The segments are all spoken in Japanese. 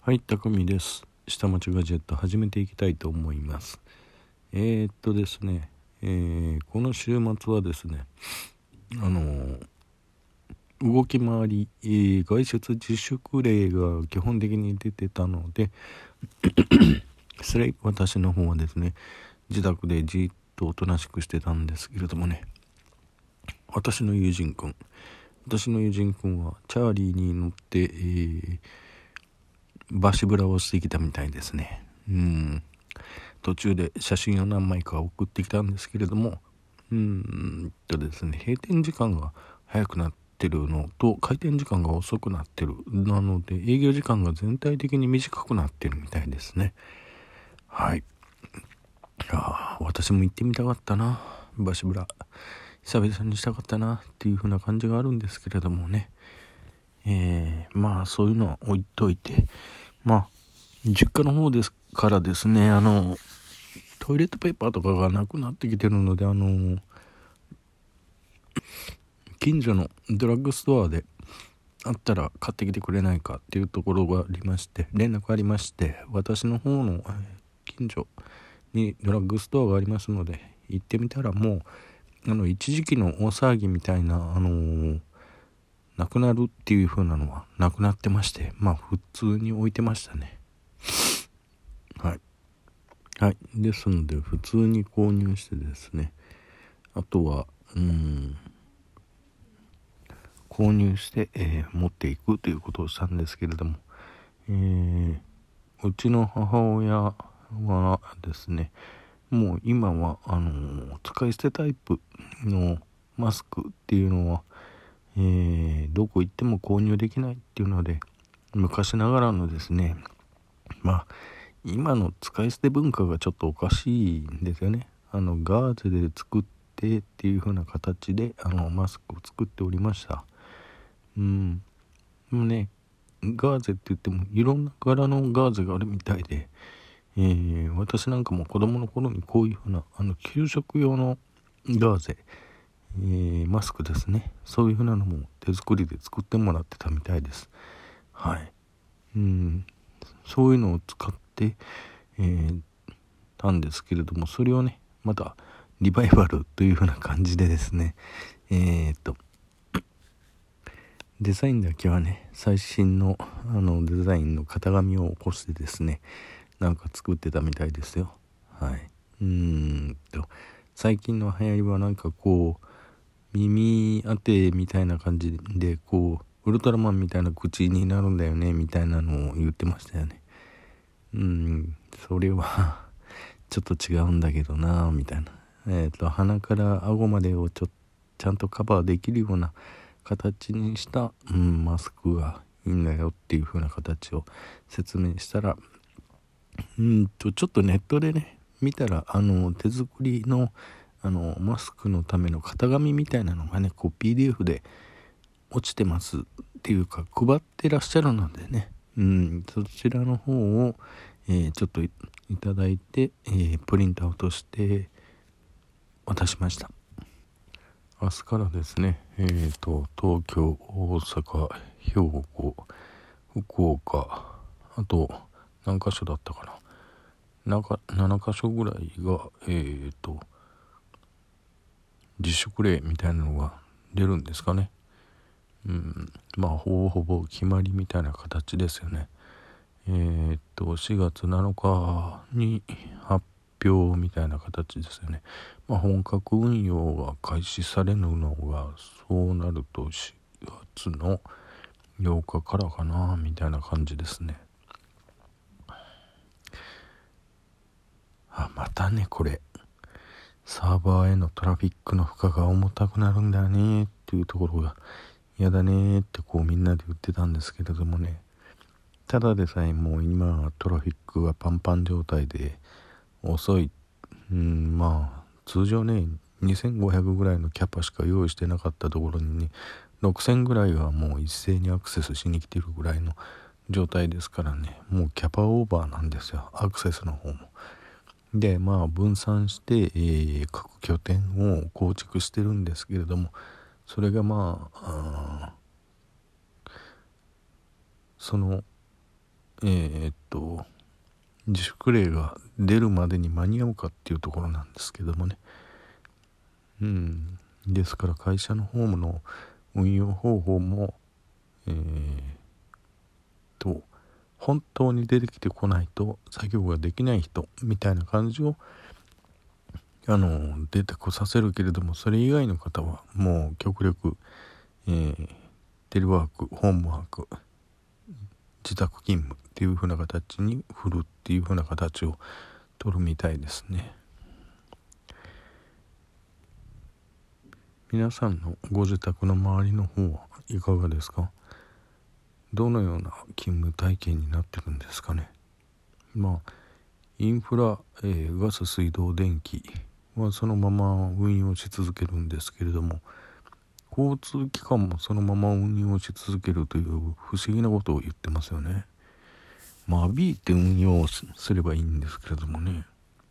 はい、たくみです。下町ガジェット始めていきたいと思います。ですね、この週末はですね、動き回り、外出自粛令が基本的に出てたので私の方はですね、自宅でじっとおとなしくしてたんですけれどもね、私の友人くんはチャーリーに乗って、バシブラをしてきたみたいですね。途中で写真を何枚か送ってきたんですけれども、ですね、閉店時間が早くなってるのと開店時間が遅くなってるなので、営業時間が全体的に短くなってるみたいですね。はい。私も行ってみたかったな、バシブラ。久々にしたかったなっていう風な感じがあるんですけれどもね。まあそういうのは置いといて、実家の方ですからですね、トイレットペーパーとかがなくなってきてるので、近所のドラッグストアであったら買ってきてくれないかっていうところがありまして、連絡ありまして、私の方の近所にドラッグストアがありますので行ってみたら、もう一時期の大騒ぎみたいななくなるっていう風なのはなくなってまして、普通に置いてましたね。はい、ですので普通に購入してですね、あとは購入して、持っていくということをしたんですけれども、うちの母親はですね、もう今は使い捨てタイプのマスクっていうのは、どこ行っても購入できないっていうので、昔ながらのですね、今の使い捨て文化がちょっとおかしいんですよね。ガーゼで作ってっていう風な形でマスクを作っておりました。でもね、ガーゼって言ってもいろんな柄のガーゼがあるみたいで、私なんかも子供の頃にこういう風な給食用のガーゼ、マスクですね、そういう風なのも手作りで作ってもらってたみたいです。はい。そういうのを使って、たんですけれども、それをねまたリバイバルという風な感じでですね、デザインだけはね、最新のデザインの型紙を起こしてですね、なんか作ってたみたいですよ。はい。最近の流行りはなんかこう耳当てみたいな感じで、こうウルトラマンみたいな口になるんだよねみたいなのを言ってましたよね。それはちょっと違うんだけどなみたいな。鼻から顎までをちゃんとカバーできるような形にした、マスクがいいんだよっていう風な形を説明したら、ちょっとネットでね見たら、手作りのマスクのための型紙みたいなのがね、こう PDF で落ちてますっていうか配ってらっしゃるのでね、そちらの方を、ちょっといただいて、プリントアウトして渡しました。明日からですね、東京、大阪、兵庫、福岡、あと何箇所だったかな、7箇所ぐらいが自粛令みたいなのが出るんですかね。ほぼ決まりみたいな形ですよね。4月7日に発表みたいな形ですよね。本格運用が開始されるのが、そうなると4月の8日からかなみたいな感じですね。またね、これサーバーへのトラフィックの負荷が重たくなるんだよねっていうところが嫌だねってこうみんなで言ってたんですけれどもね、ただでさえもう今トラフィックがパンパン状態で遅い。通常ね2500ぐらいのキャパしか用意してなかったところにね、6000ぐらいはもう一斉にアクセスしに来てるぐらいの状態ですからね、もうキャパオーバーなんですよ、アクセスの方も。で分散して、各拠点を構築してるんですけれども、それがその、 自粛令が出るまでに間に合うかっていうところなんですけどもね。ですから会社の方の運用方法も本当に出てきてこないと作業ができない人みたいな感じを出てこさせるけれども、それ以外の方はもう極力、テレワーク、ホームワーク、自宅勤務っていう風な形に振るっていう風な形を取るみたいですね。皆さんのご自宅の周りの方はいかがですか？どのような勤務体系になってるんですかね。インフラ、ガス、水道、電気はそのまま運用し続けるんですけれども、交通機関もそのまま運用し続けるという不思議なことを言ってますよね。間引いて運用すればいいんですけれどもね。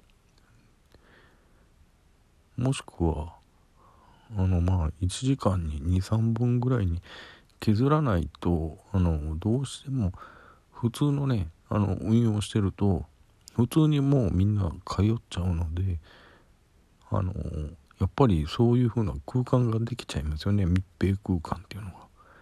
もしくは1時間に 2,3 本ぐらいに削らないとどうしても普通のね運用してると普通にもうみんな通っちゃうのでやっぱりそういう風な空間ができちゃいますよね。密閉空間っていうのが、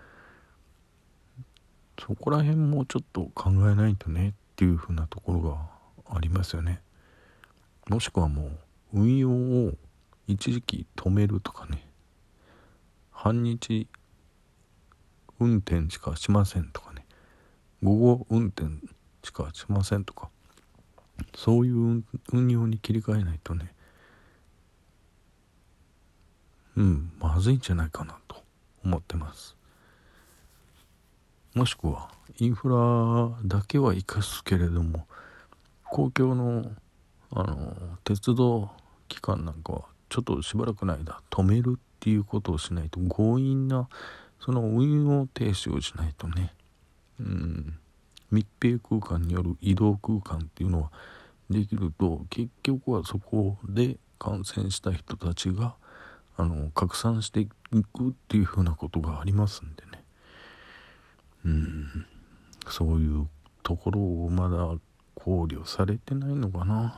そこら辺もちょっと考えないとねっていう風なところがありますよね。もしくはもう運用を一時期止めるとかね、半日運転しかしませんとかね、午後運転しかしませんとか、そういう運用に切り替えないとね、まずいんじゃないかなと思ってます。もしくはインフラだけは生かすけれども、公共の鉄道機関なんかはちょっとしばらくの間止めるっていうことをしないと、強引なその運用停止をしないとね、密閉空間による移動空間っていうのはできると、結局はそこで感染した人たちが拡散していくっていうふうなことがありますんでね。そういうところをまだ考慮されてないのかな。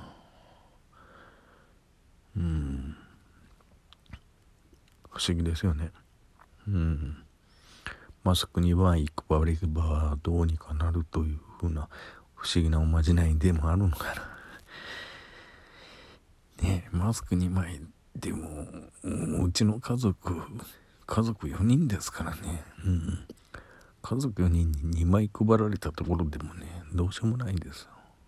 不思議ですよね。マスク2枚配ればどうにかなるというふうな不思議なおまじないでもあるのかな。ねえ、マスク2枚でもうちの家族4人ですからね。家族4人に2枚配られたところでもね、どうしようもないんですよ。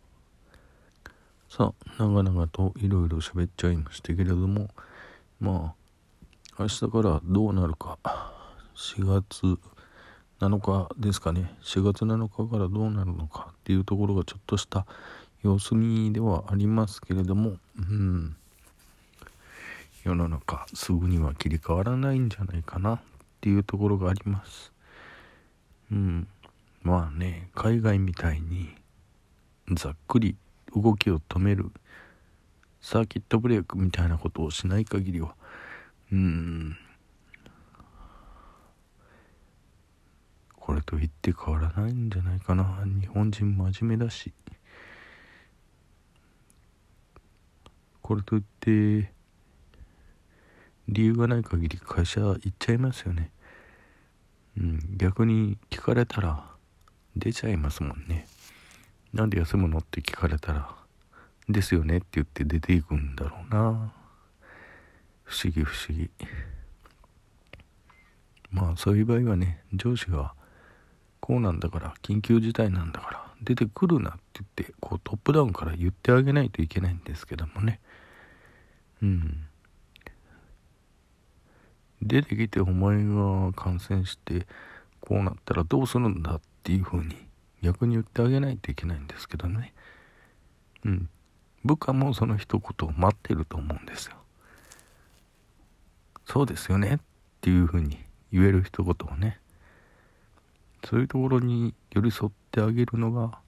さあ、長々といろいろ喋っちゃいましたけれども、明日からどうなるか、4月7日ですかね、4月7日からどうなるのかっていうところがちょっとした様子見ではありますけれども、世の中すぐには切り替わらないんじゃないかなっていうところがあります。海外みたいにざっくり動きを止めるサーキットブレークみたいなことをしない限りはこれと言って変わらないんじゃないかな。日本人真面目だし、これといって理由がない限り会社行っちゃいますよね。逆に聞かれたら出ちゃいますもんね。なんで休むのって聞かれたらですよねって言って出ていくんだろうな。不思議。そういう場合はね、上司がこうなんだから緊急事態なんだから出てくるなって言ってトップダウンから言ってあげないといけないんですけどもね。出てきてお前が感染してこうなったらどうするんだっていう風に逆に言ってあげないといけないんですけどね。部下もその一言を待ってると思うんですよ。そうですよねっていう風に言える一言をね、そういうところに寄り添ってあげるのが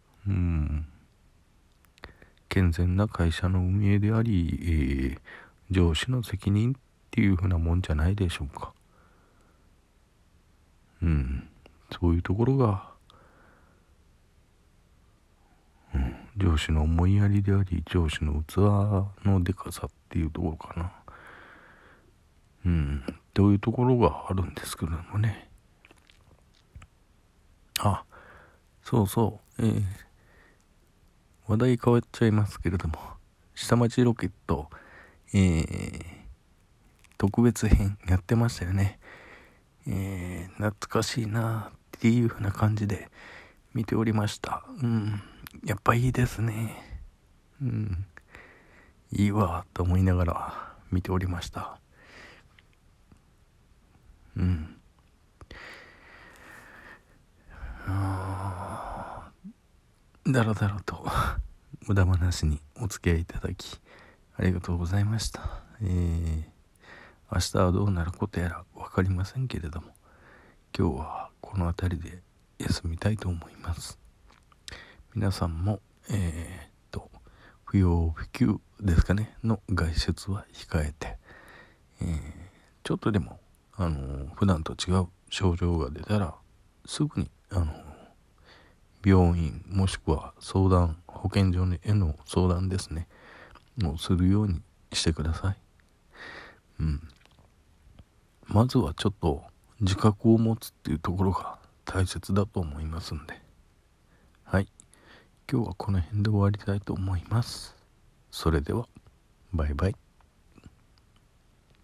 健全な会社の運営であり、上司の責任っていう風なもんじゃないでしょうか。そういうところが上司の思いやりであり、上司の器のでかさっていうところかな。というところがあるんですけれどもね。あ、そうそう、話題変わっちゃいますけれども、下町ロケット、特別編やってましたよね。懐かしいなっていう風な感じで見ておりました。やっぱいいですね。いいわと思いながら見ておりました。だらだらと無駄話にお付き合いいただきありがとうございました。明日はどうなることやら分かりませんけれども、今日はこの辺りで休みたいと思います。皆さんも不要不急ですかねの外出は控えて、ちょっとでも普段と違う症状が出たらすぐに病院もしくは保健所への相談ですねをするようにしてください。まずはちょっと自覚を持つっていうところが大切だと思いますんで、はい、今日はこの辺で終わりたいと思います。それではバイバイ。